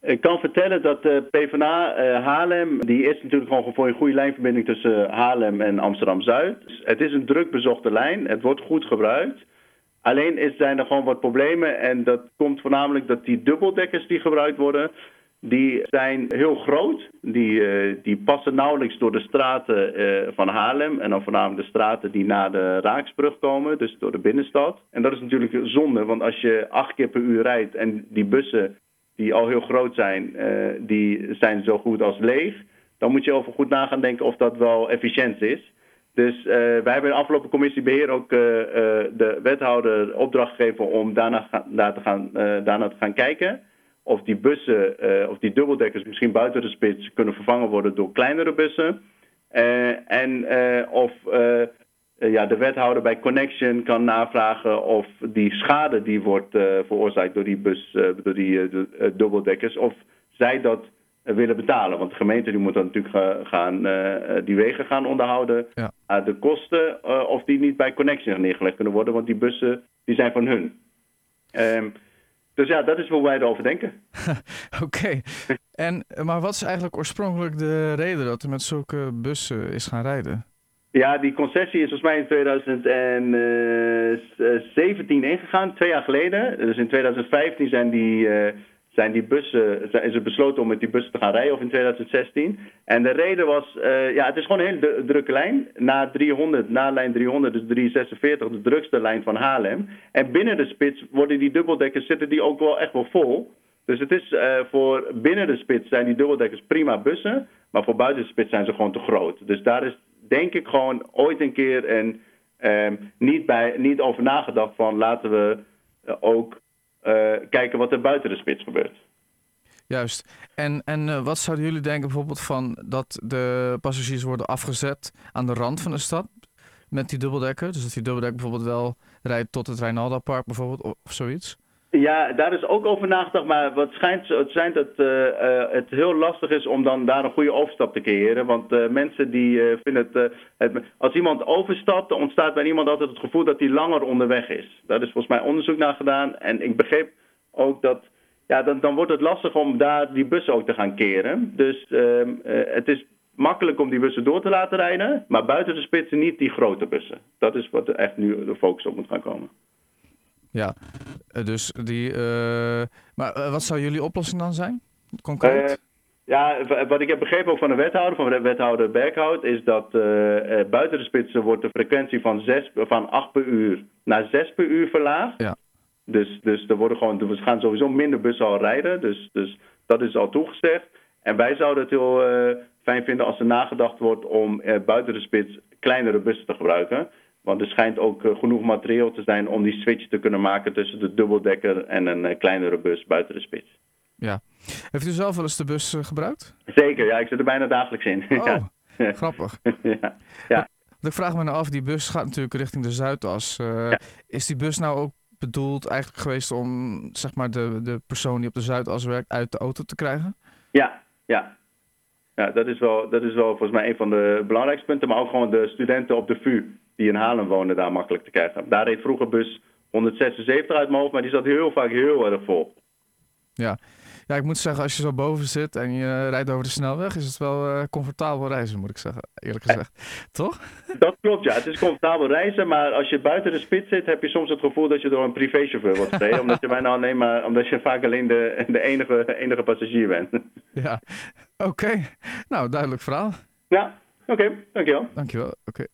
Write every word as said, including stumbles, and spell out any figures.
Ik kan vertellen dat de PvdA uh, Haarlem, die is natuurlijk gewoon voor een goede lijnverbinding tussen Haarlem en Amsterdam-Zuid. Het is een druk bezochte lijn, het wordt goed gebruikt. Alleen is, zijn er gewoon wat problemen en dat komt voornamelijk dat die dubbeldekkers die gebruikt worden, die zijn heel groot. Die, uh, die passen nauwelijks door de straten uh, van Haarlem en dan voornamelijk de straten die naar de Raaksbrug komen, dus door de binnenstad. En dat is natuurlijk zonde, want als je acht keer per uur rijdt en die bussen die al heel groot zijn, uh, die zijn zo goed als leeg, dan moet je over goed na gaan denken of dat wel efficiënt is. Dus uh, wij hebben in de afgelopen commissie beheer ook uh, uh, de wethouder opdracht gegeven om daarna, ga, daar te gaan, uh, daarna te gaan kijken of die bussen, uh, of die dubbeldekkers misschien buiten de spits kunnen vervangen worden door kleinere bussen. Uh, en uh, of uh, uh, ja, de wethouder bij Connection kan navragen of die schade die wordt uh, veroorzaakt door die, bus, uh, door die uh, uh, dubbeldekkers, of zij dat uh, willen betalen. Want de gemeente die moet dan natuurlijk uh, gaan, uh, die wegen gaan onderhouden. Ja. Uh, de kosten, uh, of die niet bij Connection neergelegd kunnen worden, want die bussen die zijn van hun. Um, Dus ja, dat is hoe wij erover denken. Oké. Okay. En maar wat is eigenlijk oorspronkelijk de reden dat er met zulke bussen is gaan rijden? Ja, die concessie is volgens mij in twintig zeventien ingegaan, twee jaar geleden. Dus in twintig vijftien zijn die, uh, zijn die bussen, zijn, is het besloten om met die bussen te gaan rijden, of in twintig zestien. En de reden was, uh, ja, het is gewoon een hele d- drukke lijn. Na driehonderd, na lijn driehonderd, dus driehonderdzesenveertig, de drukste lijn van Haarlem. En binnen de spits worden die dubbeldekkers, zitten die ook wel echt wel vol. Dus het is uh, voor binnen de spits zijn die dubbeldekkers prima bussen, maar voor buiten de spits zijn ze gewoon te groot. Dus daar is denk ik gewoon ooit een keer en um, niet, bij, niet over nagedacht van laten we uh, ook uh, kijken wat er buiten de spits gebeurt. Juist. En, en uh, wat zouden jullie denken bijvoorbeeld van dat de passagiers worden afgezet aan de rand van de stad met die dubbeldekker? Dus dat die dubbeldekker bijvoorbeeld wel rijdt tot het Rijnaldapark bijvoorbeeld of, of zoiets? Ja, daar is ook over nagedacht, maar wat schijnt, het schijnt dat uh, uh, het heel lastig is om dan daar een goede overstap te creëren. Want uh, mensen die uh, vinden het, uh, het... Als iemand overstapt, dan ontstaat bij iemand altijd het gevoel dat hij langer onderweg is. Daar is volgens mij onderzoek naar gedaan. En ik begreep ook dat... Ja, dan, dan wordt het lastig om daar die bussen ook te gaan keren. Dus uh, uh, het is makkelijk om die bussen door te laten rijden, maar buiten de spitsen niet die grote bussen. Dat is wat er echt nu de focus op moet gaan komen. Ja, dus die... Uh, maar uh, wat zou jullie oplossing dan zijn, concreet? Uh, ja, wat ik heb begrepen ook van de wethouder, van de wethouder Berghout, is dat uh, uh, buiten de spitsen wordt de frequentie van, zes, van acht per uur naar zes per uur verlaagd. Ja. Dus, dus er worden gewoon, we gaan sowieso minder bussen al rijden, dus, dus dat is al toegezegd. En wij zouden het heel uh, fijn vinden als er nagedacht wordt om uh, buiten de spits kleinere bussen te gebruiken. Want er schijnt ook uh, genoeg materieel te zijn om die switch te kunnen maken tussen de dubbeldekker en een uh, kleinere bus buiten de spits. Ja. Heeft u zelf wel eens de bus uh, gebruikt? Zeker, ja. Ik zit er bijna dagelijks in. Oh, ja. Grappig. ja. ja. Ik vraag me nou af, die bus gaat natuurlijk richting de Zuidas. Uh, ja. Is die bus nou ook bedoeld eigenlijk geweest om zeg maar de, de persoon die op de Zuidas werkt uit de auto te krijgen? Ja, ja. Ja, dat is wel, dat is wel volgens mij een van de belangrijkste punten. Maar ook gewoon de studenten op de V U die in Haarlem wonen daar makkelijk te krijgen. Daar reed vroeger bus honderdzesenzeventig uit mijn hoofd, maar die zat heel vaak heel erg vol. Ja. Ja, ik moet zeggen, als je zo boven zit en je rijdt over de snelweg, is het wel uh, comfortabel reizen, moet ik zeggen, eerlijk gezegd. Toch? Dat klopt, ja. Het is comfortabel reizen, maar als je buiten de spits zit, heb je soms het gevoel dat je door een privéchauffeur wordt gereden, omdat je bijna alleen maar, omdat je vaak alleen de, de enige, enige passagier bent. Ja, oké. Okay. Nou, duidelijk verhaal. Ja, oké. Okay. Dankjewel. Dankjewel, oké. Okay.